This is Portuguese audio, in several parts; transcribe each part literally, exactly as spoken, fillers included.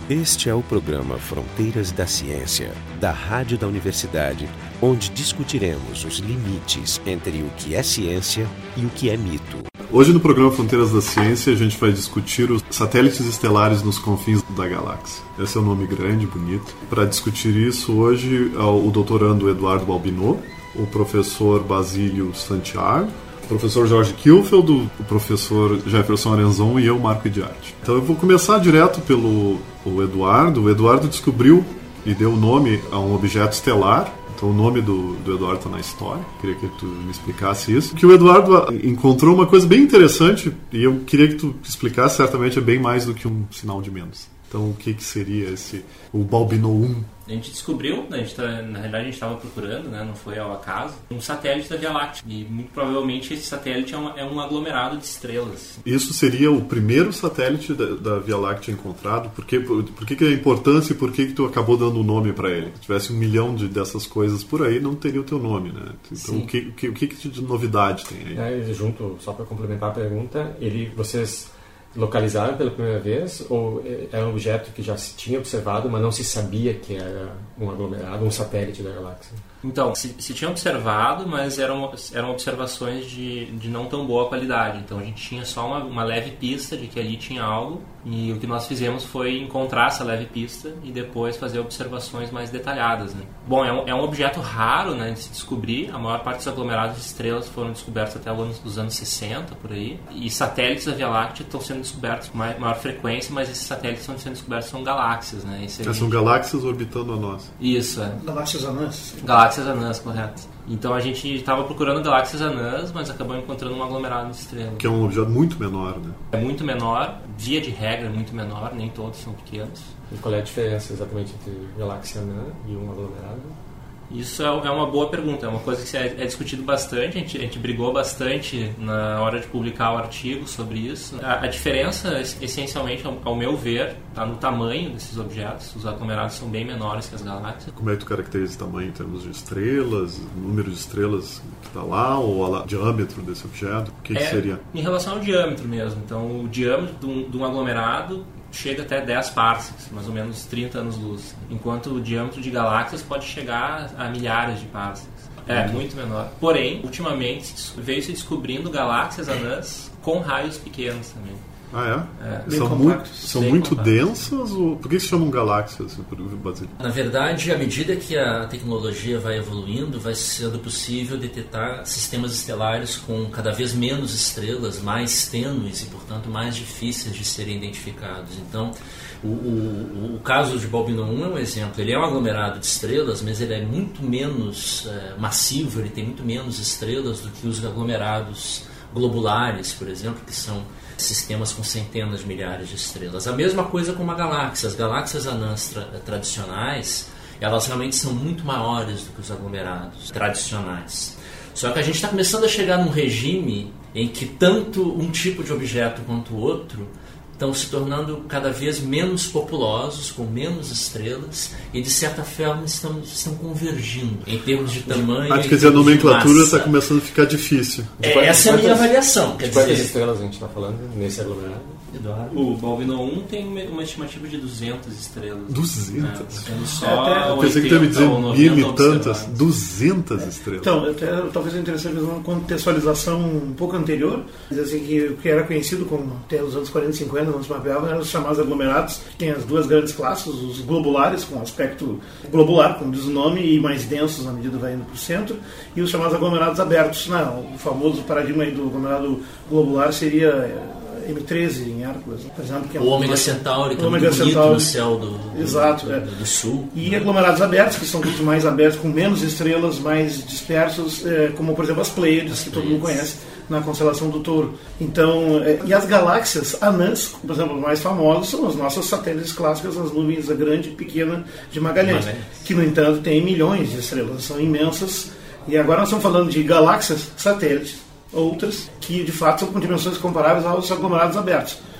Este é o programa Fronteiras da Ciência, da Rádio da Universidade, onde discutiremos os limites entre o que é ciência e o que é mito. Hoje no programa Fronteiras da Ciência a gente vai discutir os satélites estelares nos confins da galáxia. Esse é um nome grande, bonito. Para discutir isso hoje é o doutorando Eduardo Balbinot, o professor Basílio Santiago, o professor Jorge Kielfeld, o professor Jefferson Arenzon e eu, Marco Idiarte. Então eu vou começar direto pelo o Eduardo. O Eduardo descobriu e deu nome a um objeto estelar. Então o nome do, do Eduardo está na história. Queria que tu me explicasse isso. Que o Eduardo encontrou uma coisa bem interessante e eu queria que tu explicasse. Certamente é bem mais do que um sinal de menos. Então o que, que seria esse o Balbinot um? A gente descobriu, a gente tá, na realidade a gente estava procurando, né, não foi ao acaso, um satélite da Via Láctea. E muito provavelmente esse satélite é um, é um aglomerado de estrelas. Isso seria o primeiro satélite da, da Via Láctea encontrado? Por que, por, por que, que a importância e por que, que tu acabou dando o nome para ele? Se tivesse um milhão de, dessas coisas por aí, não teria o teu nome, né? Então o que, o, que, o que de novidade tem aí? É, junto, só para complementar a pergunta, ele, vocês localizaram pela primeira vez ou é um objeto que já se tinha observado, mas não se sabia que era um aglomerado, um satélite da galáxia? Então, se, se tinha observado, mas eram, eram observações de, de não tão boa qualidade. Então a gente tinha só uma, uma leve pista de que ali tinha algo, e o que nós fizemos foi encontrar essa leve pista e depois fazer observações mais detalhadas, né? Bom, é um, é um objeto raro, né, de se descobrir. A maior parte dos aglomerados de estrelas foram descobertos até os anos sessenta, por aí. E satélites da Via Láctea estão sendo descobertos com maior frequência, mas esses satélites estão sendo descobertos são galáxias, né? Esse é, são galáxias orbitando a nós. Isso, é. Galáxias anãs. Galáxias anãs, correto. Então a gente estava procurando galáxias anãs, mas acabou encontrando um aglomerado de estrelas. Que é um objeto muito menor, né? É muito menor, via de regra é muito menor, nem todos são pequenos. E qual é a diferença exatamente entre galáxia anã e um aglomerado? Isso é uma boa pergunta, é uma coisa que é discutido bastante, a gente, a gente brigou bastante na hora de publicar o artigo sobre isso. A, a diferença, essencialmente, ao, ao meu ver, está no tamanho desses objetos. Os aglomerados são bem menores que as galáxias. Como é que tu caracteriza o tamanho em termos de estrelas, número de estrelas que está lá, ou o diâmetro desse objeto? O que, é, que seria? Em relação ao diâmetro mesmo. Então, o diâmetro de um, de um aglomerado chega até dez parsecs, mais ou menos trinta anos-luz, enquanto o diâmetro de galáxias pode chegar a milhares de parsecs. É, muito, muito menor. Porém, ultimamente veio se descobrindo galáxias anãs com raios pequenos também. Ah, é? é são muito, são muito densas? Ou... Por que se chamam galáxias, Basílio? Na verdade, à medida que a tecnologia vai evoluindo, vai sendo possível detectar sistemas estelares com cada vez menos estrelas, mais tênues e, portanto, mais difíceis de serem identificados. Então, o, o, o caso de Balbinot um é um exemplo. Ele é um aglomerado de estrelas, mas ele é muito menos é, massivo, ele tem muito menos estrelas do que os aglomerados globulares, por exemplo, que são sistemas com centenas de milhares de estrelas. A mesma coisa com uma galáxia. As galáxias anãs tra- tradicionais, elas realmente são muito maiores do que os aglomerados tradicionais. Só que a gente está começando a chegar num regime em que tanto um tipo de objeto quanto o outro estão se tornando cada vez menos populosos, com menos estrelas, e de certa forma estão, estão convergindo em termos de tamanho. Ah, quer dizer, a nomenclatura está começando a ficar difícil. É, essa é a minha avaliação. De quantas estrelas a gente está falando nesse aglomerado? Eduardo. O Balbinot um tem uma estimativa de duzentas estrelas. duzentas? É, só é, eu pensei que ia me dizer mil e tantas. duzentas é. estrelas. Então, até, talvez é interessante fazer uma contextualização um pouco anterior. Assim, que o que era conhecido como até os anos quarenta e cinquenta, não se mapeava, eram os chamados aglomerados, que tem as duas grandes classes, os globulares, com aspecto globular, como diz o nome, e mais densos à medida que vai indo para o centro, e os chamados aglomerados abertos. Não, o famoso paradigma aí do aglomerado globular seria M treze em Hércules, por exemplo. Que é o Ômega Centauri, que é muito bonito Centauri. No céu do, Exato, do, é. do, do sul. E aglomerados abertos, que são muito mais abertos, com menos estrelas, mais dispersos, é, como por exemplo as Pleiades, que todo mundo conhece, na constelação do Touro. Então, é, e as galáxias anãs, por exemplo, mais famosas, são as nossas satélites clássicas, as nuvens da grande e pequena de Magalhães, Magalhães, que no entanto têm milhões de estrelas, são imensas. E agora nós estamos falando de galáxias satélites, outras que de fato são com dimensões comparáveis aos aglomerados abertos.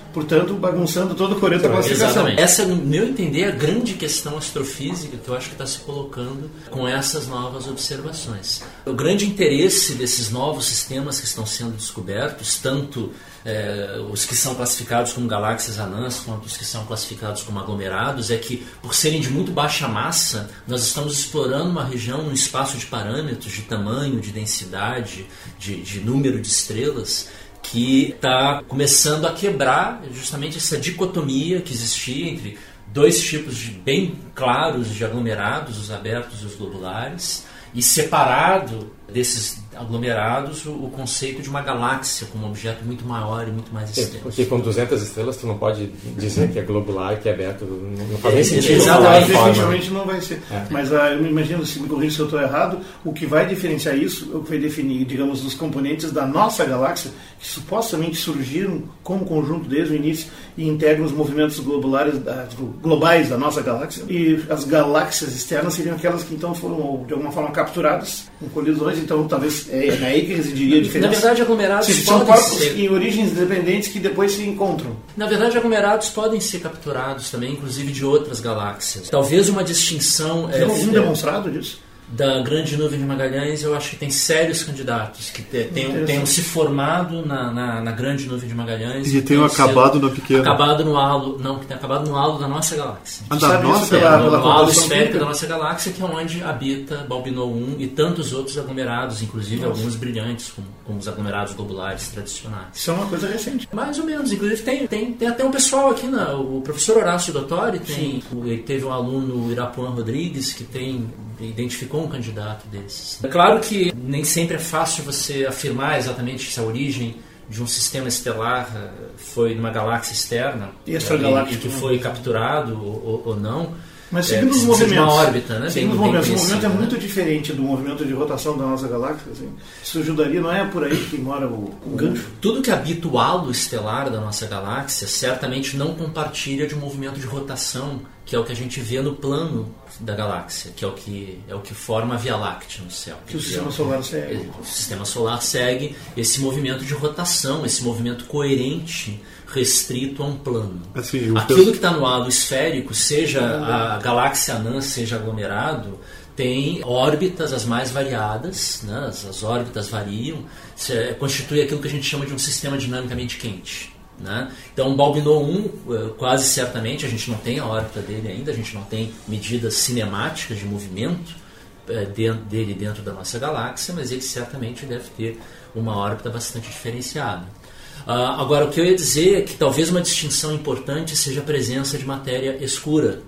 portanto, bagunçando todo o coreto da classificação. Exatamente. Essa, no meu entender, é a grande questão astrofísica que eu acho que está se colocando com essas novas observações. O grande interesse desses novos sistemas que estão sendo descobertos, tanto é, os que são classificados como galáxias anãs, quanto os que são classificados como aglomerados, é que, por serem de muito baixa massa, nós estamos explorando uma região, um espaço de parâmetros, de tamanho, de densidade, de, de número de estrelas, que está começando a quebrar justamente essa dicotomia que existia entre dois tipos de, bem claros de aglomerados, os abertos e os globulares, e separado desses aglomerados o, o conceito de uma galáxia como um objeto muito maior e muito mais extenso. Porque com duzentas estrelas tu não pode dizer que é globular, que é aberto, não faz nem sentido. Exatamente, definitivamente não vai ser. É. Mas ah, eu me imagino, se me corrija se eu estou errado, o que vai diferenciar isso, o que vai definir, digamos, os componentes da nossa galáxia, que supostamente surgiram como conjunto desde o início e integram os movimentos globulares, da, globais da nossa galáxia. E as galáxias externas seriam aquelas que então foram, de alguma forma, capturadas com colisões, então talvez é, é aí que residiria a diferença. Na verdade, aglomerados Se, podem são corpos ser... em origens independentes que depois se encontram. Na verdade, aglomerados podem ser capturados também, inclusive de outras galáxias. Talvez uma distinção... Tem é, algum é, demonstrado disso? Da grande nuvem de Magalhães, eu acho que tem sérios candidatos que tenham, tenham se formado na, na, na grande nuvem de Magalhães e tenham acabado na pequena. Acabado no halo, não, que tem acabado no halo da nossa galáxia. Ah, da nossa é, pela, no, pela no halo esférico da nossa galáxia, que é onde habita Balbinot um e tantos outros aglomerados, inclusive nossa. alguns brilhantes, como, como os aglomerados globulares tradicionais. Isso é uma coisa recente. Mais ou menos, inclusive tem, tem, tem até um pessoal aqui, na, o professor Horácio Dottori, tem, ele teve um aluno, o Irapuan Rodrigues, que tem identificou um candidato desses. É claro que nem sempre é fácil você afirmar exatamente se a origem de um sistema estelar foi numa galáxia externa e, e que foi capturado ou, ou não. Mas seguindo é, os movimentos, uma órbita, né? Seguindo os movimentos, o movimento é muito né? diferente do movimento de rotação da nossa galáxia. Assim. Isso ajudaria, não é por aí que mora o, o gancho? Tudo que habita o halo estelar da nossa galáxia certamente não compartilha de um movimento de rotação, que é o que a gente vê no plano da galáxia, que é o que, é o que forma a Via Láctea no céu. Que o sistema solar segue. O sistema solar segue esse movimento de rotação, esse movimento coerente, restrito a um plano. Assim, Aquilo penso... que está no halo esférico, seja a galáxia anã, seja aglomerado, tem órbitas as mais variadas, né? as, as órbitas variam, se, constitui aquilo que a gente chama de um sistema dinamicamente quente. Né? Então, o Balbinot um, quase certamente, a gente não tem a órbita dele ainda, a gente não tem medidas cinemáticas de movimento é, dentro, dele dentro da nossa galáxia, mas ele certamente deve ter uma órbita bastante diferenciada. Uh, agora, o que eu ia dizer é que talvez uma distinção importante seja a presença de matéria escura,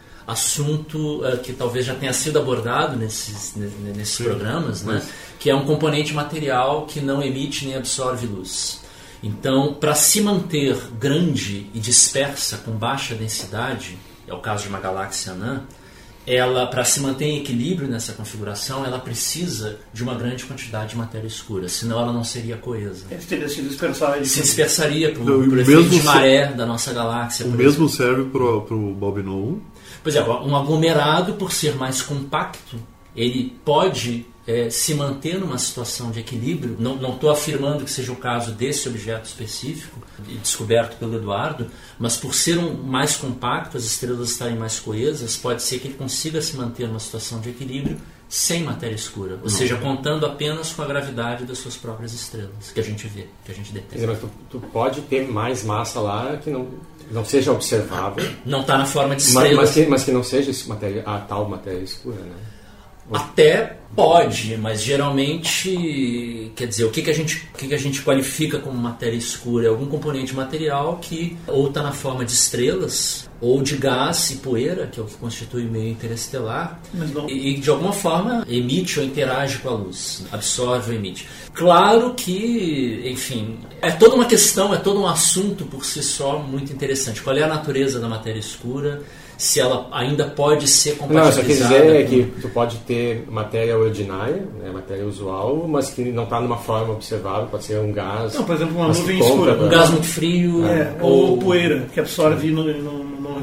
assunto uh, que talvez já tenha sido abordado nesses, nesses Sim, programas, né? Que é um componente material que não emite nem absorve luz. Então, para se manter grande e dispersa com baixa densidade, é o caso de uma galáxia anã, ela, para se manter em equilíbrio nessa configuração, ela precisa de uma grande quantidade de matéria escura, senão ela não seria coesa. Ele teria se dispersar. Se dispersaria por, não, por efeito de maré da nossa galáxia. O mesmo exemplo. Serve para o Balbinot um? Por exemplo, um aglomerado, por ser mais compacto, ele pode é, se manter numa situação de equilíbrio. Não estou afirmando que seja o caso desse objeto específico, descoberto pelo Eduardo, mas por ser um mais compacto, as estrelas estarem mais coesas, pode ser que ele consiga se manter numa situação de equilíbrio sem matéria escura, ou não. seja, contando apenas com a gravidade das suas próprias estrelas, que a gente vê, que a gente detecta. Mas tu, tu pode ter mais massa lá que não, não seja observável. Não está na forma de estrelas. Mas, mas, que, mas que não seja matéria, a tal matéria escura, né? Até pode, mas geralmente, quer dizer, o que, que, a, gente, o que, que a gente qualifica como matéria escura é algum componente material que ou está na forma de estrelas, ou de gás e poeira, que é o que constitui o meio interestelar, e, e de alguma forma emite ou interage com a luz, absorve ou emite. Claro que, enfim, é toda uma questão, é todo um assunto por si só muito interessante. Qual é a natureza da matéria escura? Se ela ainda pode ser compatibilizada. Não, só quer dizer com... que tu pode ter matéria ordinária, né, matéria usual, mas que não está numa forma observável, pode ser um gás. Não, por exemplo, uma nuvem escura. Um gás muito frio. É, ou, ou poeira, que absorve e não, não, não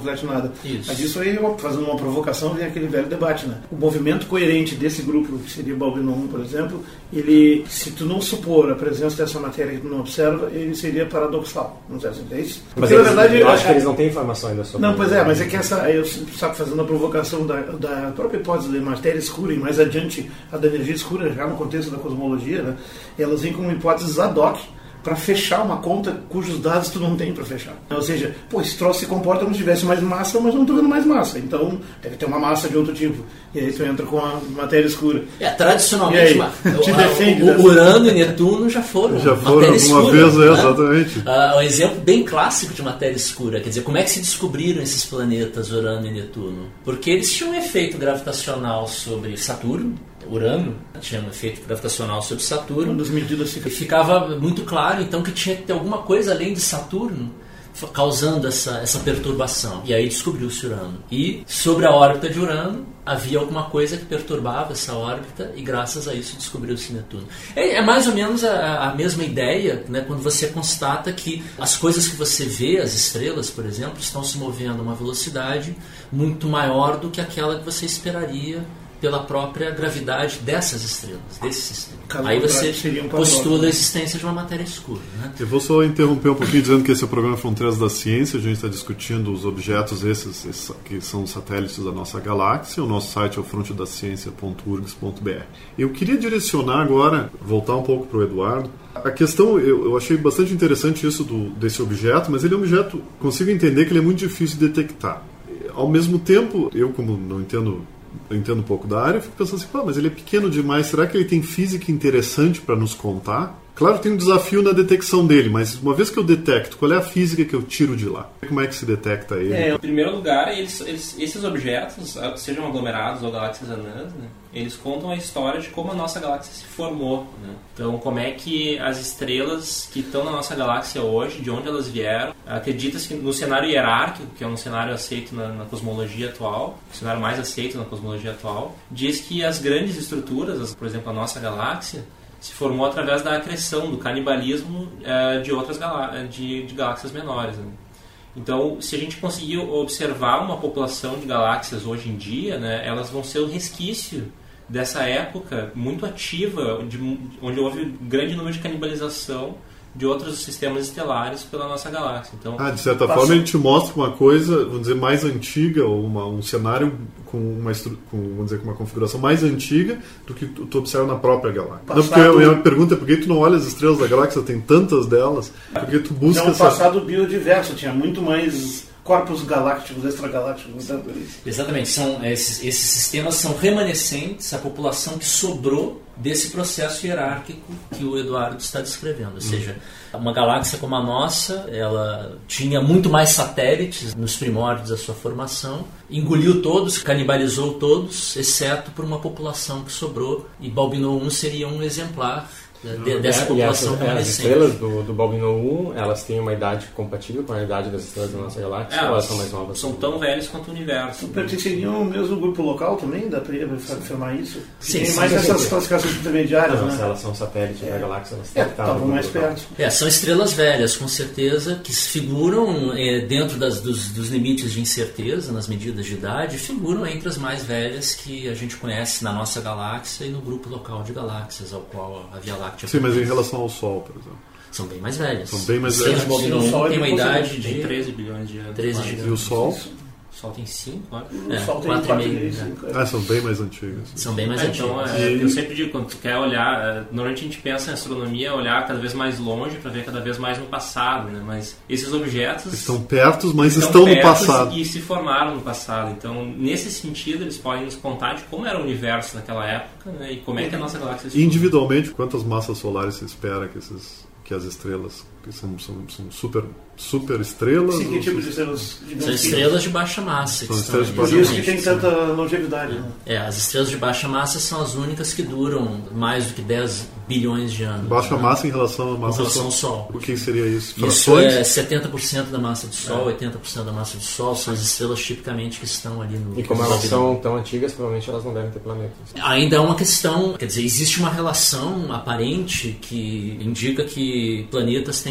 reflete nada. Isso. Mas isso aí, fazendo uma provocação, vem aquele velho debate, né? O movimento coerente desse grupo, que seria o Balbino um, por exemplo, ele, se tu não supor a presença dessa matéria que tu não observa, ele seria paradoxal. Não sei se é isso. Mas Porque, eles, na verdade, eu acho é, que eles não têm informação ainda sobre. Não, pois é, mas é que essa, eu sabe, fazendo a provocação da, da própria hipótese de matéria escura e mais adiante a da energia escura, já no contexto da cosmologia, né? Elas vêm como hipóteses ad hoc para fechar uma conta cujos dados tu não tem para fechar. Ou seja, pô, esse troço se comporta como se tivesse mais massa, mas eu não estou vendo mais massa. Então, deve ter uma massa de outro tipo. E aí tu entra com a matéria escura. É, tradicionalmente, ma- Te o, defende o, dessa- o Urano e Netuno já foram Já foram matéria alguma escura, vez, é, né? exatamente. Ah, um exemplo bem clássico de matéria escura, quer dizer, como é que se descobriram esses planetas Urano e Netuno? Porque eles tinham um efeito gravitacional sobre Saturno, Urano tinha um efeito gravitacional sobre Saturno, Quando as medidas ficam... e ficava muito claro então que tinha que ter alguma coisa além de Saturno causando essa, essa perturbação. E aí descobriu-se Urano. E sobre a órbita de Urano havia alguma coisa que perturbava essa órbita e graças a isso descobriu-se Netuno. É, é mais ou menos a, a mesma ideia, né, quando você constata que as coisas que você vê, as estrelas, por exemplo, estão se movendo a uma velocidade muito maior do que aquela que você esperaria pela própria gravidade dessas estrelas, desse sistema. Caso Aí você seria um postula paradoxo. a existência de uma matéria escura. Né? Eu vou só interromper um pouquinho dizendo que esse é o programa Fronteiras da Ciência. A gente está discutindo os objetos esses, esses que são os satélites da nossa galáxia. O nosso site é o fronte da ciência ponto urgs ponto b r. Eu queria direcionar agora, voltar um pouco para o Eduardo. A questão, eu, eu achei bastante interessante isso do, desse objeto, mas ele é um objeto, consigo entender que ele é muito difícil de detectar. Ao mesmo tempo, eu como não entendo... eu entendo um pouco da área, eu fico pensando assim, pô, mas ele é pequeno demais, será que ele tem física interessante para nos contar? Claro, tem um desafio na detecção dele, mas uma vez que eu detecto, qual é a física que eu tiro de lá? Como é que se detecta ele? É, em primeiro lugar, eles, eles, esses objetos, sejam aglomerados ou galáxias anãs, né, eles contam a história de como a nossa galáxia se formou. Né? Então, como é que as estrelas que estão na nossa galáxia hoje, de onde elas vieram, acredita-se que no cenário hierárquico, que é um cenário aceito na, na cosmologia atual, o cenário mais aceito na cosmologia atual, diz que as grandes estruturas, as, por exemplo, a nossa galáxia, se formou através da acreção, do canibalismo eh, de outras galá de, de galáxias menores. Né? Então, se a gente conseguir observar uma população de galáxias hoje em dia, né, elas vão ser um resquício dessa época muito ativa, de, onde houve um grande número de canibalização de outros sistemas estelares pela nossa galáxia. Então, ah, de certa passa... forma, ele te mostra uma coisa, vamos dizer, mais antiga, ou uma, um cenário com uma, estru... com, vamos dizer, com uma configuração mais antiga do que tu, tu observa na própria galáxia. Passado... Não, porque a minha pergunta é por que tu não olha as estrelas da galáxia, tem tantas delas, porque tu busca... É um essa... passado biodiverso, tinha muito mais corpos galácticos, extragalácticos. Exatamente, são, esses, esses sistemas são remanescentes, a população que sobrou desse processo hierárquico que o Eduardo está descrevendo. Ou seja, uma galáxia como a nossa, ela tinha muito mais satélites nos primórdios da sua formação, engoliu todos, canibalizou todos, exceto por uma população que sobrou, e Balbino um seria um exemplar de, dessa é, população e essas, remanescente. as estrelas do, do Balbino um, elas têm uma idade compatível com a idade das estrelas da nossa galáxia, é, ou elas são mais novas? São tão velhos quanto o universo. Pertenceriam ao mesmo grupo local também? Dá para afirmar isso? Sim, tem sim, mais sim, essas sim. classificações intermediárias, Não, né? se elas são satélites É. da galáxia, elas É, estavam estavam mais perto. É, são estrelas velhas, com certeza, que figuram é, dentro das, dos, dos limites de incerteza, nas medidas de idade, figuram entre as mais velhas que a gente conhece na nossa galáxia e no grupo local de galáxias, ao qual a Via Láctea Sim, mas em pertence. relação ao Sol, por exemplo. São bem mais velhas. São bem mais As estrelas velhas. de Balbino Sim, o Sol um é tem uma bem idade considerado. Tem de treze bilhões de anos. treze mais. gigantes. E o Sol? O Sol tem cinco, olha. O É, Sol tem quatro quatro e meio, e né? cinco. Ah, são bem mais antigas. São bem mais É, antigas. então, é, eu sempre digo, quando tu quer olhar, é, normalmente a gente pensa em astronomia, olhar cada vez mais longe para ver cada vez mais no passado, né? Mas esses objetos Estão perto, mas estão, estão no perto passado. e se formaram no passado. Então, nesse sentido, eles podem nos contar de como era o universo naquela época, né? E como é que a nossa galáxia se formou. Individualmente, quantas massas solares se espera que, esses, que as estrelas, que são, são, são super, super estrelas? Sim, que ou tipo são- de estrelas gigantes? São estrelas de baixa massa. São que estrelas estão de Por baixa isso que tem exatamente, tanta longevidade. Né? É, as estrelas de baixa massa são as únicas que duram mais do que dez bilhões de anos. Baixa né? massa em relação à Em massa relação ao solar. Sol. O que seria isso? Isso Frações? é setenta por cento da massa do Sol, oitenta por cento da massa do Sol, são as estrelas tipicamente que estão ali no... E como no elas Balbino. são tão antigas, provavelmente elas não devem ter planetas. Ainda é uma questão, quer dizer, existe uma relação aparente que indica que planetas têm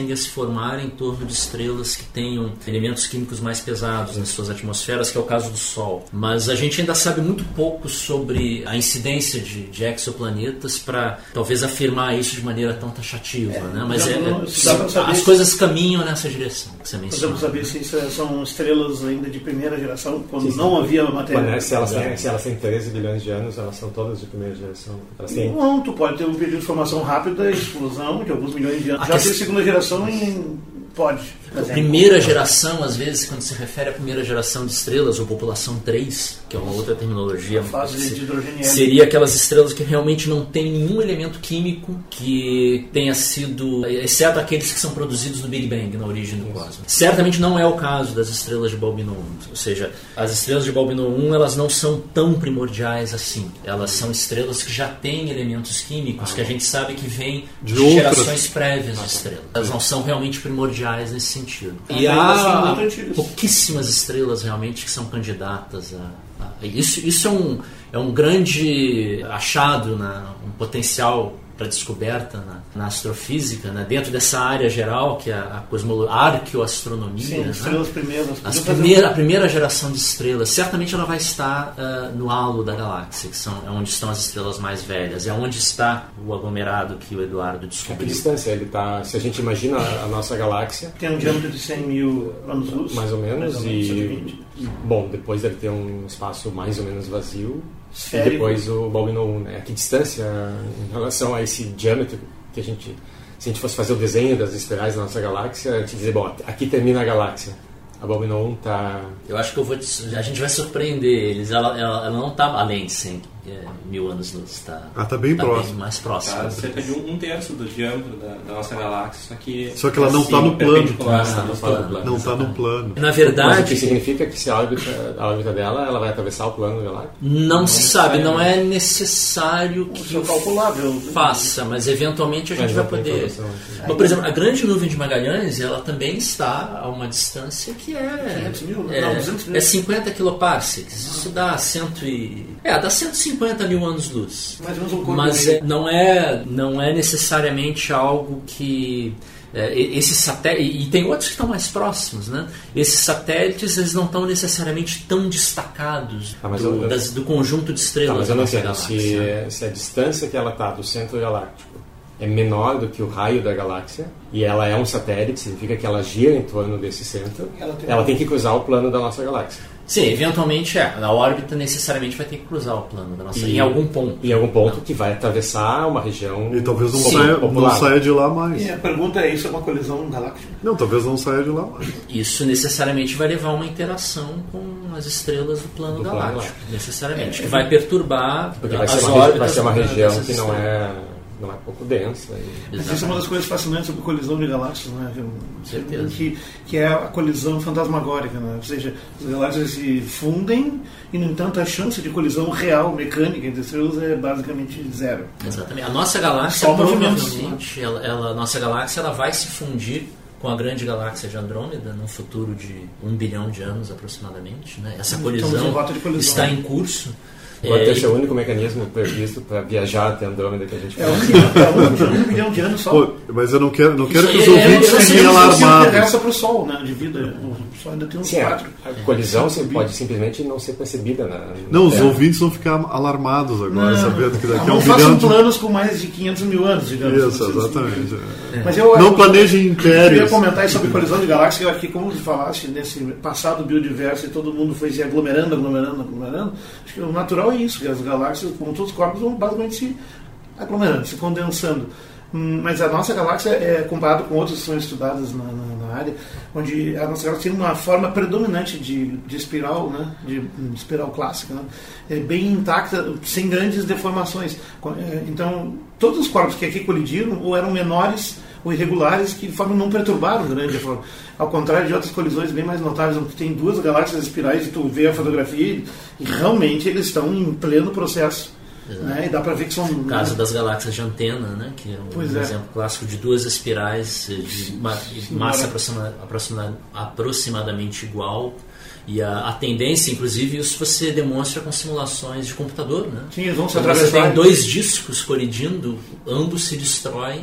tendem a se formar em torno de estrelas que tenham elementos químicos mais pesados nas suas atmosferas, que é o caso do Sol. Mas a gente ainda sabe muito pouco sobre a incidência de, de exoplanetas para talvez afirmar isso de maneira tão taxativa, é, né? Mas é, é, as coisas caminham nessa direção que você menciona. Podemos saber se isso são estrelas ainda de primeira geração, quando sim, não sim. havia matéria. Mas, se, elas têm, se elas têm treze bilhões de anos, elas são todas de primeira geração. Elas têm... Não, tu pode ter um período de formação rápida, explosão de alguns milhões de anos. A Já que... tem segunda geração em... Pode. A primeira geração, às vezes, quando se refere à primeira geração de estrelas, ou população três, que é uma outra terminologia, a fase de hidrogênio, seria aquelas estrelas que realmente não tem nenhum elemento químico que tenha sido, exceto aqueles que são produzidos no Big Bang, na origem do cosmos. Certamente não é o caso das estrelas de Balbino um, ou seja, as estrelas de Balbino um, elas não são tão primordiais assim. Elas são estrelas que já têm elementos químicos ah, que a gente sabe que vêm de, de gerações prévias de estrelas. Elas não são realmente primordiais nesse sentido. E há pouquíssimas estrelas realmente que são candidatas a... a isso isso é, um, é um grande achado, né? Um potencial para descoberta na, na astrofísica, né? Dentro dessa área geral que é a, cosmolo- a arqueoastronomia. Sim, né? estrelas primeiras. As primeira, a primeira geração de estrelas, certamente ela vai estar uh, no halo da galáxia, que são, é onde estão as estrelas mais velhas, é onde está o aglomerado que o Eduardo descobriu. A que distância ele está? Se a gente imagina a nossa galáxia... Tem um diâmetro de cem mil anos-luz. Mais ou menos, mais ou menos e... Bom, depois deve ter um espaço mais ou menos vazio. Esférico. E depois o Balbino um, né? A que distância em relação a esse diâmetro que a gente... Se a gente fosse fazer o desenho das espirais da nossa galáxia, a gente dizer, bom, aqui termina a galáxia. A Balbino um está... Eu acho que eu vou te... a gente vai surpreender eles. Ela, ela, ela não está além de cem é, mil anos-luz. Tá, ah, está bem tá próximo. Bem mais próximo. Tá cerca de um, um terço do diâmetro da, da nossa galáxia. Só que, só que ela não está no plano. Não está no plano. Não está no plano. Na verdade... Mas o que significa que se a órbita, a órbita dela ela vai atravessar o plano galáctico? Não, não se sabe. Não é necessário que é calculável. faça, mas eventualmente a gente vai poder... Mas, por exemplo, a grande nuvem de Magalhães, ela também está a uma distância que é... quinhentos mil? É, não, duzentos mil. É cinquenta quiloparsecs. Isso dá cento e... É, dá cento e cinquenta mil anos-luz. Mas é, não, é, não é necessariamente algo que... É, esses satélites... E tem outros que estão mais próximos, né? Esses satélites, eles não estão necessariamente tão destacados ah, do, eu, das, do conjunto de estrelas. Tá, mas eu não entendo. Se, se a distância que ela está do centro galáctico é menor do que o raio da galáxia, e ela é um satélite, significa que ela gira em torno desse centro, ela tem, ela tem que cruzar o plano da nossa galáxia. Sim, eventualmente é. A órbita necessariamente vai ter que cruzar o plano da nossa e, em algum ponto. Em algum ponto não. Que vai atravessar uma região. E talvez não, saia, não saia de lá mais. E a pergunta é: isso é uma colisão galáctica? Não, talvez não saia de lá mais. Isso necessariamente vai levar a uma interação com as estrelas do plano do galáctico. Plano necessariamente. É, que vai perturbar porque vai as ser uma, órbitas. Vai ser uma região que não é. Não é pouco densa. E... Isso é uma das coisas fascinantes sobre colisão de galáxias, né? Certeza. Que, que é a colisão fantasmagórica, né? Ou seja, as galáxias se fundem e, no entanto, a chance de colisão real, mecânica entre estrelas é basicamente zero. Exatamente. A nossa galáxia, Só provavelmente, ela, ela, a nossa galáxia ela vai se fundir com a grande galáxia de Andrômeda num futuro de um bilhão de anos aproximadamente. Né? Essa colisão, colisão está em curso. Pode ter é, ser o único mecanismo previsto para viajar até Andrômeda que a gente é um, é um bilhão de anos só. Pô, mas eu não quero, não quero que os é, ouvintes é, fiquem alarmados. Interessa para o Sol, né, de vida. O Sol ainda tem uns Sim, quatro. A, a colisão é, pode simplesmente não ser percebida. Na, na não, os terra. ouvintes vão ficar alarmados agora, não, sabendo que daqui a um bilhão... Não façam de... planos com mais de quinhentos mil anos, digamos. Isso, exatamente. É. Mas eu, não eu, planejem impérios. Eu queria comentar sobre colisão de galáxias, aqui, como você falaste, nesse passado biodiverso, e todo mundo foi se aglomerando, aglomerando, aglomerando. Acho que o natural é isso, que as galáxias, como todos os corpos, vão basicamente se aglomerando, se condensando. Mas a nossa galáxia, é comparado com outras que são estudadas na, na, na área, onde a nossa galáxia tem uma forma predominante de, de espiral, né? de, de espiral clássica, né? É bem intacta, sem grandes deformações. Então, todos os corpos que aqui colidiram ou eram menores ou irregulares, que de forma não perturbaram grande forma. Ao contrário de outras colisões bem mais notáveis, onde tem duas galáxias espirais e tu vê a fotografia e realmente eles estão em pleno processo. Né? E dá para ver que são... O caso das galáxias de antena, né? Que é um pois exemplo é. clássico de duas espirais de ma massa aproxima aproxima aproximadamente igual. E a, a tendência, inclusive, isso você demonstra com simulações de computador, né? Sim, eles vão se atravessar. Você tem dois discos colidindo, ambos se destroem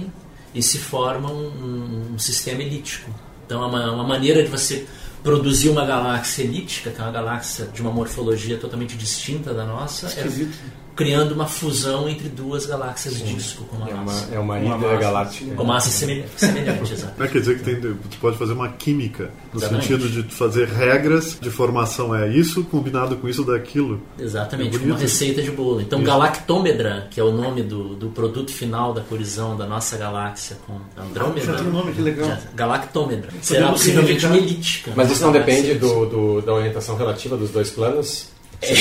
e se forma um, um sistema elíptico. Então é uma, uma maneira de você produzir uma galáxia elíptica, que é uma galáxia de uma morfologia totalmente distinta da nossa, é, criando uma fusão entre duas galáxias de disco com uma é massa. Uma, é uma hidra galáctica. Com massas semelhantes, exato. É, quer dizer que tem, tu pode fazer uma química, no Exatamente. sentido de fazer regras de formação. É isso combinado com isso daquilo. Exatamente, é com uma receita de bolo. Então, isso. galactômedra, que é o nome do, do produto final da colisão da nossa galáxia com Andrômeda. Já tem um nome, que legal. Já, galactômedra. Será Podemos possivelmente significar- uma elíptica. Mas isso não Uma depende galáxia do, do, da orientação relativa dos dois planos? É,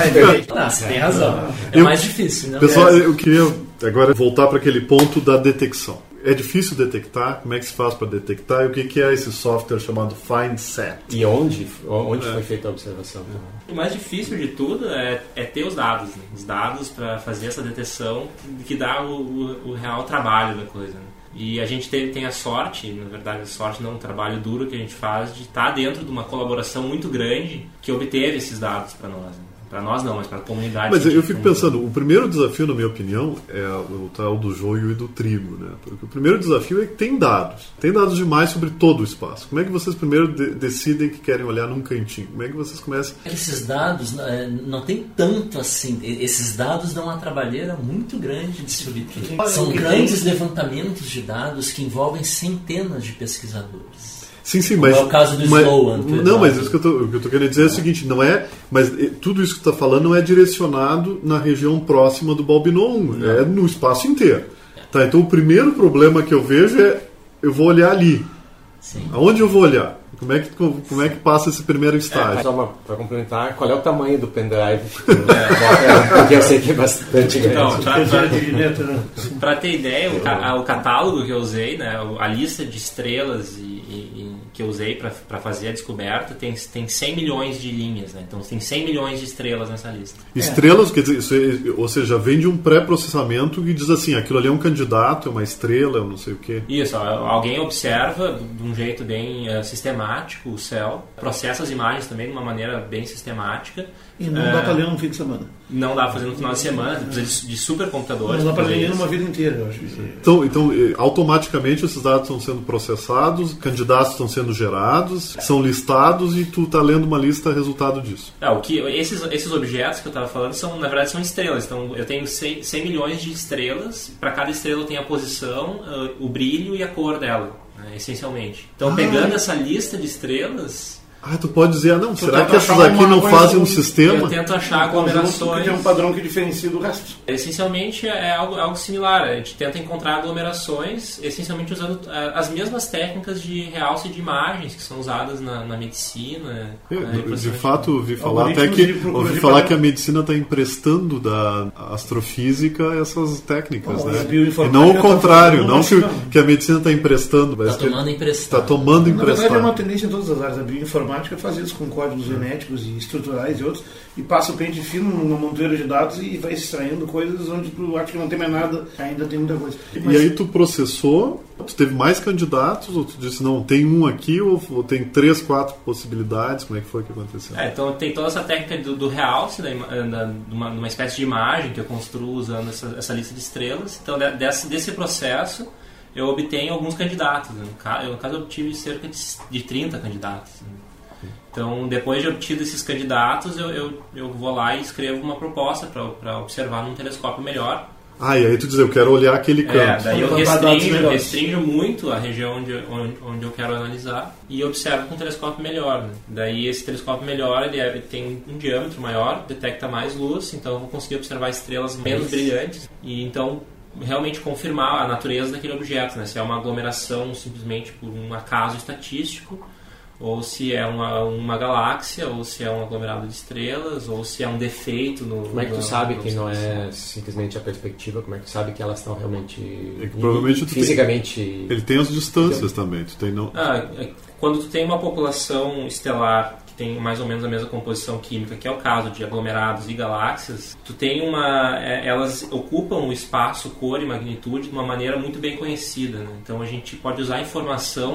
não, você tem razão. É Eu- mais difícil, né? Pessoal, eu queria agora voltar para aquele ponto da detecção. É difícil detectar? Como é que se faz para detectar? E o que que é esse software chamado FindSat? E onde, onde foi feita a observação? O mais difícil de tudo é, é ter os dados, né? Os dados para fazer essa detecção que dá o, o, o real trabalho da coisa, né? E a gente tem, tem a sorte, na verdade a sorte não, um trabalho duro que a gente faz de estar dentro de uma colaboração muito grande que obteve esses dados para nós, né? Para nós não, mas para a comunidade. Mas eu científica fico como um pensando, o primeiro desafio, na minha opinião, é o tal do joio e do trigo, né? Porque o primeiro desafio é que tem dados. Tem dados demais sobre todo o espaço. Como é que vocês primeiro de- decidem que querem olhar num cantinho? Como é que vocês começam? Esses dados eh, não tem tanto assim. Esses dados dão uma trabalheira muito grande de se obter. São grandes levantamentos de dados que envolvem centenas de pesquisadores. Sim, sim, Como mas... é o caso do mas- Sloan, que o Não, Eduardo- mas isso que eu tô, o que eu tô querendo dizer é o seguinte, não é... Mas eh, tudo isso que tu está falando não é direcionado na região próxima do Balbinot um, é no espaço inteiro. Tá, então o primeiro problema que eu vejo é, eu vou olhar ali. Sim. Aonde eu vou olhar? Como é que, como é que passa esse primeiro estágio? Só para complementar, qual é o tamanho do pendrive? Que tu bota? Porque eu sei que é bastante grande. Então, pra, Pessoal pra, de direto, né? pra ter ideia, o, ca- o catálogo que eu usei, né, a lista de estrelas e, e- e que eu usei para fazer a descoberta tem, tem cem milhões de linhas, né? Então tem cem milhões de estrelas nessa lista. Estrelas, quer dizer, isso é- ou seja, vem de um pré-processamento que diz assim, aquilo ali é um candidato, é uma estrela, eu não sei o quê. Isso, ó, alguém observa de um jeito bem eh, sistemático o céu, processa as imagens também de uma maneira bem sistemática. E não É, dá pra ler num fim de semana. Não dá pra fazer no final de semana, precisa de, de supercomputadores. Não dá pra pra fazer ler isso. numa vida inteira, eu acho. Então, então, eh, automaticamente esses dados estão sendo processados, candidatos estão sendo gerados, são listados e tu está lendo uma lista resultado disso. É, o que, esses, esses objetos que eu estava falando, são, na verdade, são estrelas. Então, eu tenho cem, cem milhões de estrelas. Para cada estrela tem a posição, uh, o brilho e a cor dela, né, essencialmente. Então, Ah. pegando essa lista de estrelas, Ah, tu pode dizer, ah, não, Tu será tenta que essas achar aqui uma não coisa, fazem um um- sistema? eu tento achar Um conjunto aglomerações. que tem um padrão que diferencia do resto. Essencialmente é algo, algo similar. A gente tenta encontrar aglomerações, essencialmente usando uh, as mesmas técnicas de realce de imagens que são usadas na, na medicina. Eu, na de reprodução fato, ouvi falar até Algoritmos que de procura ouvi de falar padrão. que a medicina está emprestando da astrofísica essas técnicas, Bom, né? a E bioinformática não o tá contrário, fazendo não que, uma- que a medicina está emprestando, mas Está que tomando emprestado. está tomando Na verdade, é uma emprestado. tendência em todas as áreas. A bioinformática faz isso com códigos genéticos e estruturais e outros, e passa o pente fino numa montoeira de dados e vai extraindo coisas onde tu acha que não tem mais nada, ainda tem muita coisa. E aí tu processou, tu teve mais candidatos, ou tu disse, não, tem um aqui, ou, ou tem três, quatro possibilidades, como é que foi que aconteceu? É, então tem toda essa técnica do, do realce, da, ima- da, de uma, de uma espécie de imagem que eu construo usando essa, essa lista de estrelas. Então de, desse, desse processo eu obtenho alguns candidatos. Né? No, caso, eu, no caso eu obtive cerca de, de trinta candidatos. Né? Então depois de obtido esses candidatos eu, eu, eu vou lá e escrevo uma proposta para observar num telescópio melhor. Ah, e aí tu diz, eu quero olhar aquele É, canto. daí eu Levantar dados restringo, melhores. restringo muito a região onde, onde, onde eu quero analisar e observo com um telescópio melhor. Né? Daí esse telescópio melhor ele, é- ele tem um diâmetro maior, detecta mais luz, então eu vou conseguir observar estrelas menos brilhantes e então realmente confirmar a natureza daquele objeto, né? Se é uma aglomeração simplesmente por um acaso estatístico, ou se é uma, uma galáxia, ou se é um aglomerado de estrelas, ou se é um defeito no... Como é que tu no- sabe no- que não é simplesmente a perspectiva? Como é que tu sabe que elas estão realmente É que provavelmente tu tem- fisicamente... Ele tem as distâncias também, tu tem não... Ah, é- quando tu tem uma população estelar que tem mais ou menos a mesma composição química, que é o caso de aglomerados e galáxias, tu tem uma, é, elas ocupam o espaço, cor e magnitude de uma maneira muito bem conhecida, né? Então a gente pode usar a informação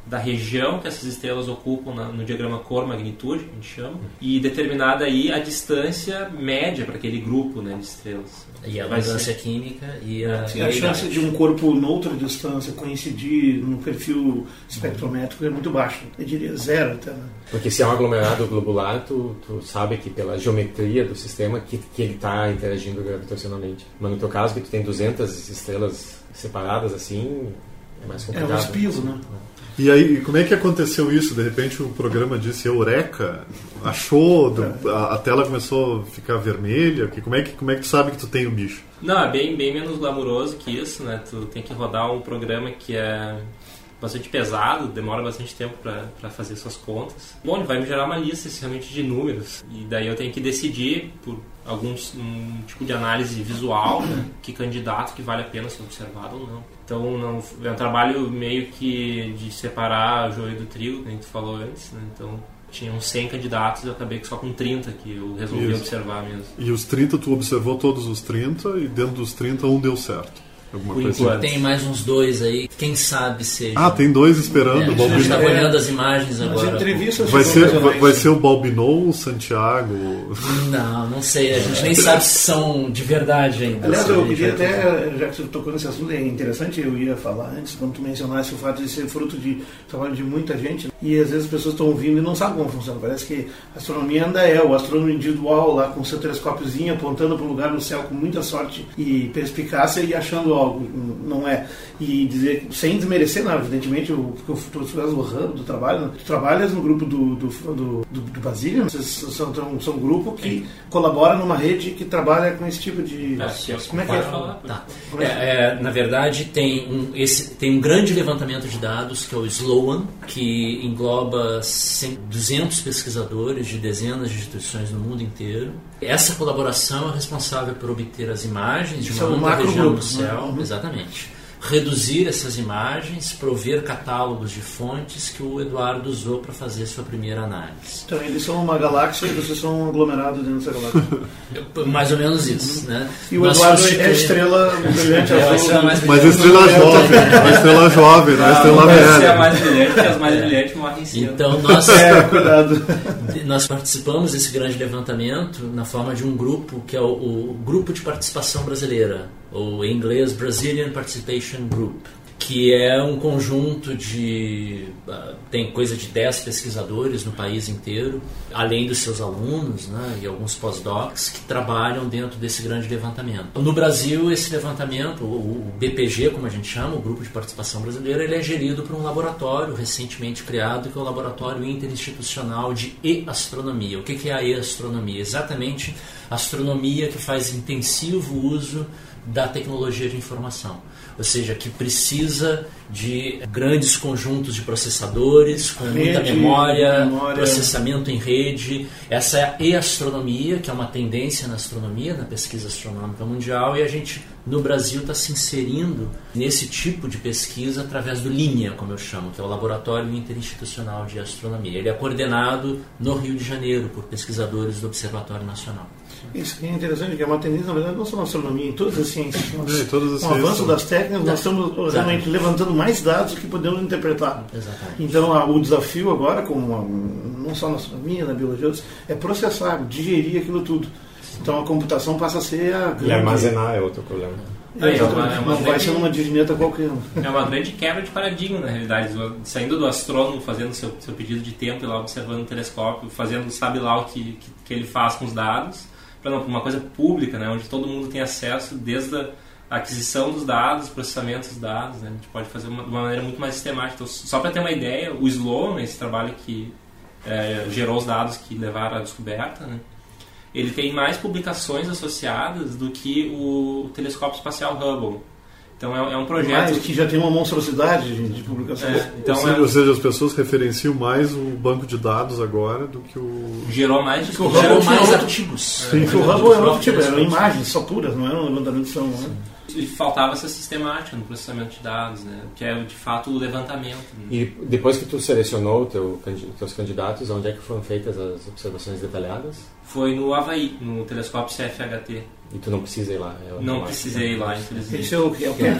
da região que essas estrelas ocupam na, no diagrama cor-magnitude, que a gente chama, e determinada aí a distância média para aquele grupo, né, de estrelas. E a abundância química e a... Sim, a chance de um corpo noutra distância coincidir no perfil espectrométrico é muito baixa. Eu diria zero até. Né? Porque se é um aglomerado globular, tu, tu sabe que pela geometria do sistema que, que ele está interagindo gravitacionalmente. Mas no teu caso, que tu tem duzentas estrelas separadas assim, é mais complicado. É um espirro, né? E aí, como é que aconteceu isso? De repente o programa disse Eureka, achou, a, a tela começou a ficar vermelha. Como é, que, como é que tu sabe que tu tem o bicho? Não, é bem, bem menos glamuroso que isso, né? Tu tem que rodar um programa que é bastante pesado, demora bastante tempo para fazer suas contas. Bom, ele vai me gerar uma lista essencialmente de números, e daí eu tenho que decidir por algum um tipo de análise visual, né, que candidato que vale a pena ser observado ou não. Então não, é um trabalho meio que de separar o joio do trigo, que a gente falou antes, né? Então tinham cem candidatos e eu acabei só com trinta que eu resolvi Isso. observar mesmo. E os trinta, tu observou todos os trinta e dentro dos trinta um deu certo? Alguma Por coisa enquanto. Tem mais uns dois aí, quem sabe seja. Ah, tem dois esperando. É, a gente está olhando as imagens agora. Vai ser, vai, vai ser o Balbinot, o Santiago? Não, não sei. A gente nem sabe se são de verdade ainda. Aliás, eu queria até, já que você tocou nesse assunto, é interessante, eu ia falar antes, quando tu mencionasse o fato de ser fruto de trabalho de muita gente, e às vezes as pessoas estão ouvindo e não sabem como funciona. Parece que a astronomia ainda é o astrônomo individual lá com seu telescópiozinho apontando para um lugar no céu com muita sorte e perspicácia e achando algo. Não é. E dizer, sem desmerecer nada, evidentemente, o, o, o ramo do trabalho, né? Tu trabalhas no grupo do, do, do, do, do Basílio, vocês são, são, são um grupo que é. colabora numa rede que trabalha com esse tipo de... É, como é que é? Tá. É, é, na verdade, tem um, esse, tem um grande levantamento de dados, que é o SLOAN, que engloba cem, duzentos pesquisadores de dezenas de instituições no mundo inteiro. Essa colaboração é responsável por obter as imagens de uma ampla região do céu. Uhum. Exatamente. Reduzir essas imagens, prover catálogos de fontes que o Eduardo usou para fazer sua primeira análise. Então eles são uma galáxia e vocês são um aglomerado dentro dessa galáxia. Mais ou menos isso, né? E o Nós Eduardo é a estrela brilhante azul. Mas a estrela jovem, a estrela jovem, não a estrela velha. Essa é a mais brilhante, porque as mais brilhantes morrem cedo. Então nós, é, cuidado. nós participamos desse grande levantamento na forma de um grupo que é o, o Grupo de Participação Brasileira, ou em inglês Brazilian Participation Group, que é um conjunto de... Uh, tem coisa de dez pesquisadores no país inteiro, além dos seus alunos, né, e alguns pós-docs que trabalham dentro desse grande levantamento. No Brasil, esse levantamento, o, o B P G, como a gente chama, o Grupo de Participação Brasileira, ele é gerido por um laboratório recentemente criado, que é o Laboratório Interinstitucional de E-Astronomia. O que, que é a E-Astronomia? Exatamente a astronomia que faz intensivo uso da tecnologia de informação, ou seja, que precisa de grandes conjuntos de processadores com rede, muita memória, memória, processamento em rede. Essa é a e-astronomia, que é uma tendência na astronomia, na pesquisa astronômica mundial, e a gente no Brasil está se inserindo nesse tipo de pesquisa através do LINEA, como eu chamo, que é o Laboratório Interinstitucional de Astronomia. Ele é coordenado no Rio de Janeiro por pesquisadores do Observatório Nacional. Isso que é interessante, que é uma tendência, na verdade, não só na astronomia, em todas as ciências. Nós, é, todas as com o avanço ciências, das técnicas, nós estamos Exatamente. realmente levantando mais dados que podemos interpretar. Exatamente. Então, a, o desafio agora, como a, não só na astronomia, na biologia, é processar, digerir aquilo tudo. Sim. Então, a computação passa a ser a grande... E armazenar é outro problema. É, é uma, é uma não grande, vai ser numa digineta qualquer. É uma grande quebra de paradigma, na realidade. Saindo do astrônomo, fazendo seu, seu pedido de tempo e lá observando o telescópio, fazendo, sabe lá o que, que, que ele faz com os dados, para uma coisa pública, né, onde todo mundo tem acesso desde a aquisição dos dados, processamento dos dados, né, a gente pode fazer uma, de uma maneira muito mais sistemática. Então, só para ter uma ideia, o SLOAN, esse trabalho que é, gerou os dados que levaram à descoberta, né, ele tem mais publicações associadas do que o telescópio espacial Hubble. Então é, é um projeto... Mas que já tem uma monstruosidade de, de publicações. É, então ou, seja, é... ou seja, as pessoas referenciam mais o banco de dados agora do que o... Gerou mais, o gerou mais outro... artigos. Sim, é, o Hubble é outro tipo, eram imagens só puras, não eram levantamento de som. Né? E faltava essa sistemática no processamento de dados, né? Que é de fato o levantamento. Né? E depois que tu selecionou os teu, teus candidatos, onde é que foram feitas as observações detalhadas? Foi no Havaí, no telescópio C F H T. E tu não precisa ir lá? É não precisei ir lá, infelizmente. Esse é o que é o Keck?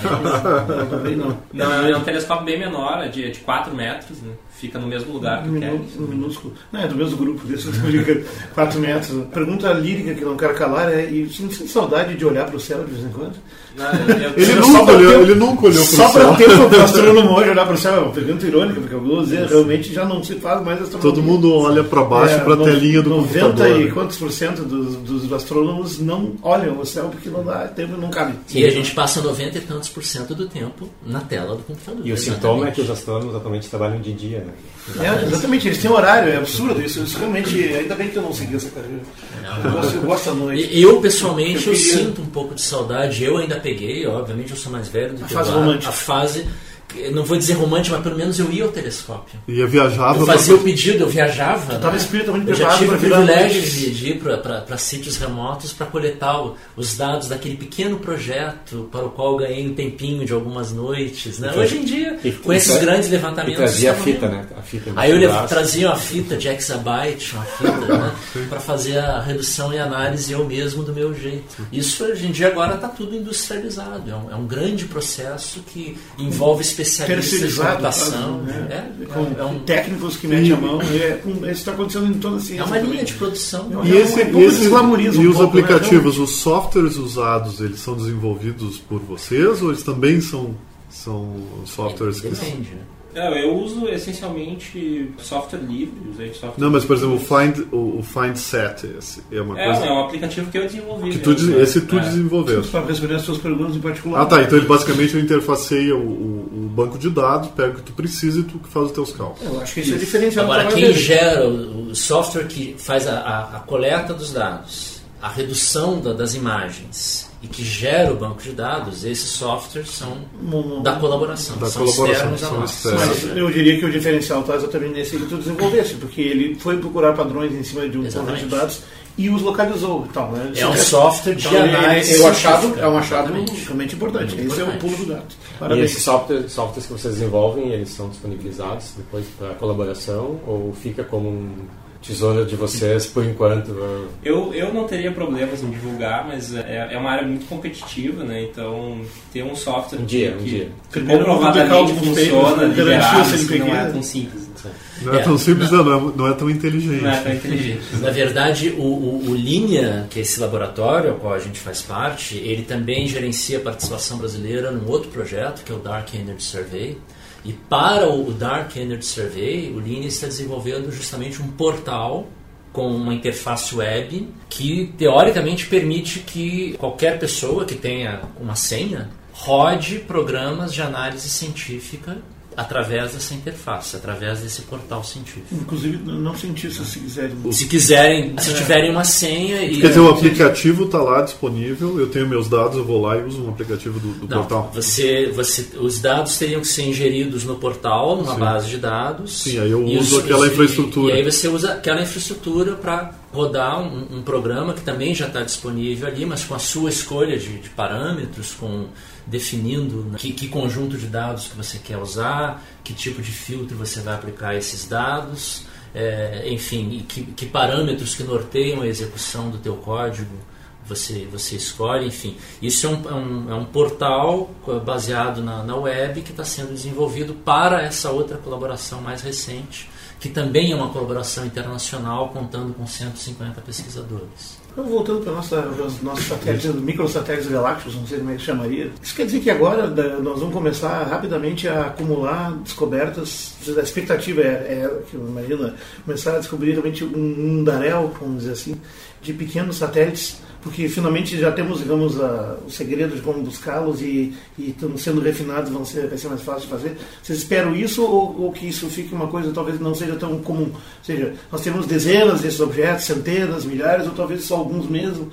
Não, não, é um telescópio bem menor, é de, de quatro metros, né? Fica no mesmo lugar que o Keck. Minúsculo. Não, é do mesmo grupo, desse quatro metros. Pergunta lírica que eu não quero calar é: e você não sente saudade de olhar para o céu de vez em quando? Não, eu, eu, ele, nunca olhou, ter, ele nunca olhou para o céu. Só para ter o astrônomo hoje olhar para o céu é uma pergunta irônica, porque eu vou dizer, realmente já não se faz mais astronomia. Todo mundo olha para baixo, é, para a telinha do computador. noventa e quantos por cento dos, dos astrônomos não olham o céu porque não dá tempo, não cabe. E a gente passa noventa e tantos por cento do tempo na tela do computador. E o sintoma é que os astrônomos atualmente trabalham de dia, né? É, exatamente, eles têm horário, é absurdo isso, isso realmente, ainda bem que eu não segui essa carreira. Eu gosto, eu gosto da noite. Eu, pessoalmente, eu, eu queria... sinto um pouco de saudade, eu ainda peguei, obviamente eu sou mais velho do a que fase eu, romântica. A fase, não vou dizer romântica, mas pelo menos eu ia ao telescópio. Ia viajava. Eu fazia pra... o pedido, eu viajava. Eu estava né? espiritualmente Eu já preparado tive o para privilégio de, de ir para sítios remotos para coletar o, os dados daquele pequeno projeto para o qual eu ganhei um tempinho de algumas noites. Né? Hoje em dia, e, com e esses tra... grandes levantamentos... E trazia a fita, né? A fita Aí eu levo, trazia uma fita de exabyte, uma fita, né? Para fazer a redução e análise eu mesmo do meu jeito. Isso hoje em dia agora está tudo industrializado. É um, é um grande processo que envolve especialistas de computação. Né? É, com é um... técnicos que metem a mão. É, isso está acontecendo em toda a ciência. É uma linha de produção. E, é esse, um, e, esse, um e os pouco, aplicativos, né? os softwares usados, eles são desenvolvidos por vocês ou eles também são, são softwares que... Depende, né? É, eu uso essencialmente software livre. Usei software Não, mas por exemplo, o livre. Find, o, o Find Set esse é uma é, coisa... É um aplicativo que eu desenvolvi. Que tu, mesmo, esse tu é. desenvolveu. Para responder as suas perguntas em particular. Ah, tá. Então ele basicamente interfaceia o, o, o banco de dados, pega o que tu precisa e tu que faz os teus cálculos. Eu acho que isso, isso. é diferencial. Agora, quem gera o software que faz a, a, a coleta dos dados, a redução da, das imagens e que gera o banco de dados, esses softwares são não, da colaboração, da são colaboração, externos a são nós. externos. Mas eu diria que o diferencial está exatamente nesse que tu desenvolvesse, porque ele foi procurar padrões em cima de um conjunto de dados e os localizou. Então, né? É um software de então, análise. É, é, achado, é um achado realmente importante. Muito Esse importante. é o pulo do gato. Parabéns. E esses softwares, softwares que vocês desenvolvem, eles são disponibilizados depois para colaboração ou fica como um tesouro de vocês por enquanto? Eu, eu não teria problemas em divulgar, mas é, é uma área muito competitiva, né? Então ter um software um dia, que, um dia. que comprovadamente funciona, liberado, assim, não é tão simples. Não é, é tão simples, não, não, é, não é tão inteligente. Não é tão inteligente. Na verdade, o, o, o Linha, que é esse laboratório ao qual a gente faz parte, ele também gerencia a participação brasileira num outro projeto, que é o Dark Energy Survey. E para o Dark Energy Survey, o Linha está desenvolvendo justamente um portal com uma interface web que, teoricamente, permite que qualquer pessoa que tenha uma senha rode programas de análise científica através dessa interface, através desse portal científico. Inclusive, não cientistas, se quiserem. Se quiserem, se tiverem uma senha... E Quer dizer, o aplicativo está lá disponível, eu tenho meus dados, eu vou lá e uso um aplicativo do, do não, portal. Você, você, os dados teriam que ser ingeridos no portal, numa Sim. base de dados. Sim, aí eu uso isso, aquela isso, infraestrutura. E, e aí você usa aquela infraestrutura para rodar um, um programa que também já está disponível ali, mas com a sua escolha de, de parâmetros, com... definindo né, que, que conjunto de dados que você quer usar, que tipo de filtro você vai aplicar a esses dados, é, enfim, e que, que parâmetros que norteiam a execução do teu código você, você escolhe, enfim. Isso é um, é um, é um portal baseado na, na web que está sendo desenvolvido para essa outra colaboração mais recente, que também é uma colaboração internacional contando com cento e cinquenta pesquisadores. Voltando para os nossos satélites, microsatélites galácticos, não sei como é que chamaria. Isso quer dizer que agora nós vamos começar rapidamente a acumular descobertas. A expectativa é, é que imagina, começar a descobrir realmente um mundaréu, vamos dizer assim, de pequenos satélites, porque finalmente já temos, digamos, a, o segredo de como buscá-los e, e estão sendo refinados, vão ser, vai ser mais fácil de fazer. Vocês esperam isso ou, ou que isso fique uma coisa talvez não seja tão comum? Ou seja, nós temos dezenas desses objetos, centenas, milhares, ou talvez só alguns mesmo,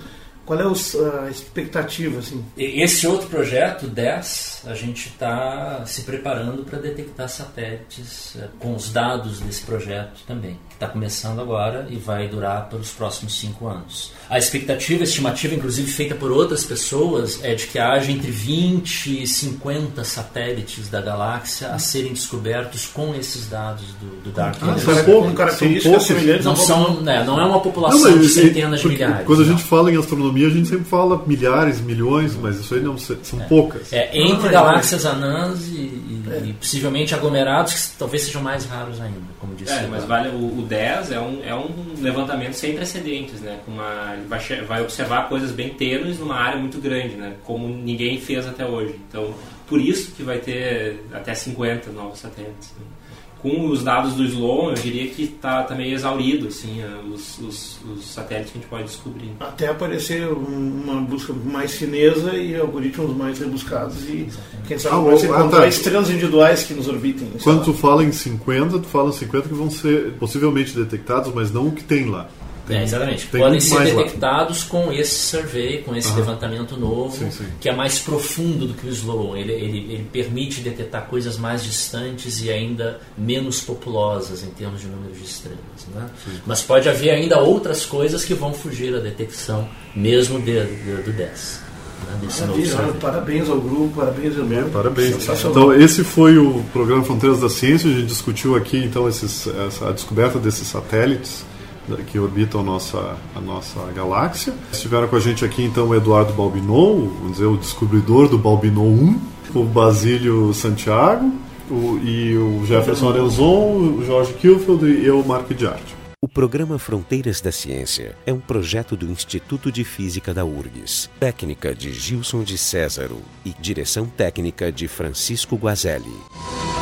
Qual é os, a expectativa? Assim? Esse outro projeto, dez, a gente está se preparando para detectar satélites é, com os dados desse projeto também, que está começando agora e vai durar pelos próximos cinco anos. A expectativa, a estimativa, inclusive feita por outras pessoas, é de que haja entre vinte e cinquenta satélites da galáxia a serem descobertos com esses dados do, do Dark ah, Energy. são poucas características semelhantes. Não, são, né, não é uma população não, de centenas de milhares. Quando a não. gente fala em astronomia, a gente sempre fala milhares, milhões, mas isso aí não são é. poucas. É, entre galáxias anãs e, e, é. e possivelmente aglomerados que talvez sejam mais raros ainda, como disse. É, mas vale, o, o dez é um, é um levantamento sem precedentes, né? Com uma, ele vai, vai observar coisas bem tênues numa área muito grande, né? Como ninguém fez até hoje. Então, por isso que vai ter até cinquenta novos satélites. Né? Com os dados do Sloan, eu diria que está tá meio exaurido assim, os, os, os satélites que a gente pode descobrir. Até aparecer uma busca mais fineza e algoritmos mais rebuscados. E quem sabe ah, vai encontrar tá. estrelas individuais que nos orbitem. Quando tu fala em cinquenta, tu fala em cinquenta que vão ser possivelmente detectados, mas não o que tem lá. Tem, é, exatamente. Podem ser detectados lá. Com esse survey, com esse ah, levantamento novo, sim, sim. que é mais profundo do que o Sloan. Ele, ele, ele permite detectar coisas mais distantes e ainda menos populosas em termos de número de estrelas. Né? Mas pode haver ainda outras coisas que vão fugir à detecção, mesmo de, de, do dez. Né? Parabéns ao grupo, parabéns ao grupo. Parabéns. Então, esse foi o programa Fronteiras da Ciência. A gente discutiu aqui então esses, essa, a descoberta desses satélites que orbitam a nossa, a nossa galáxia. Estiveram com a gente aqui então o Eduardo Balbinot, vamos dizer, o descobridor do Balbinot um, o Basílio Santiago, o, e o Jefferson Arenzon, o Jorge Kilfield e eu, Mark Diarte. O programa Fronteiras da Ciência é um projeto do Instituto de Física da U R G S, técnica de Gilson de Césaro e direção técnica de Francisco Guazelli.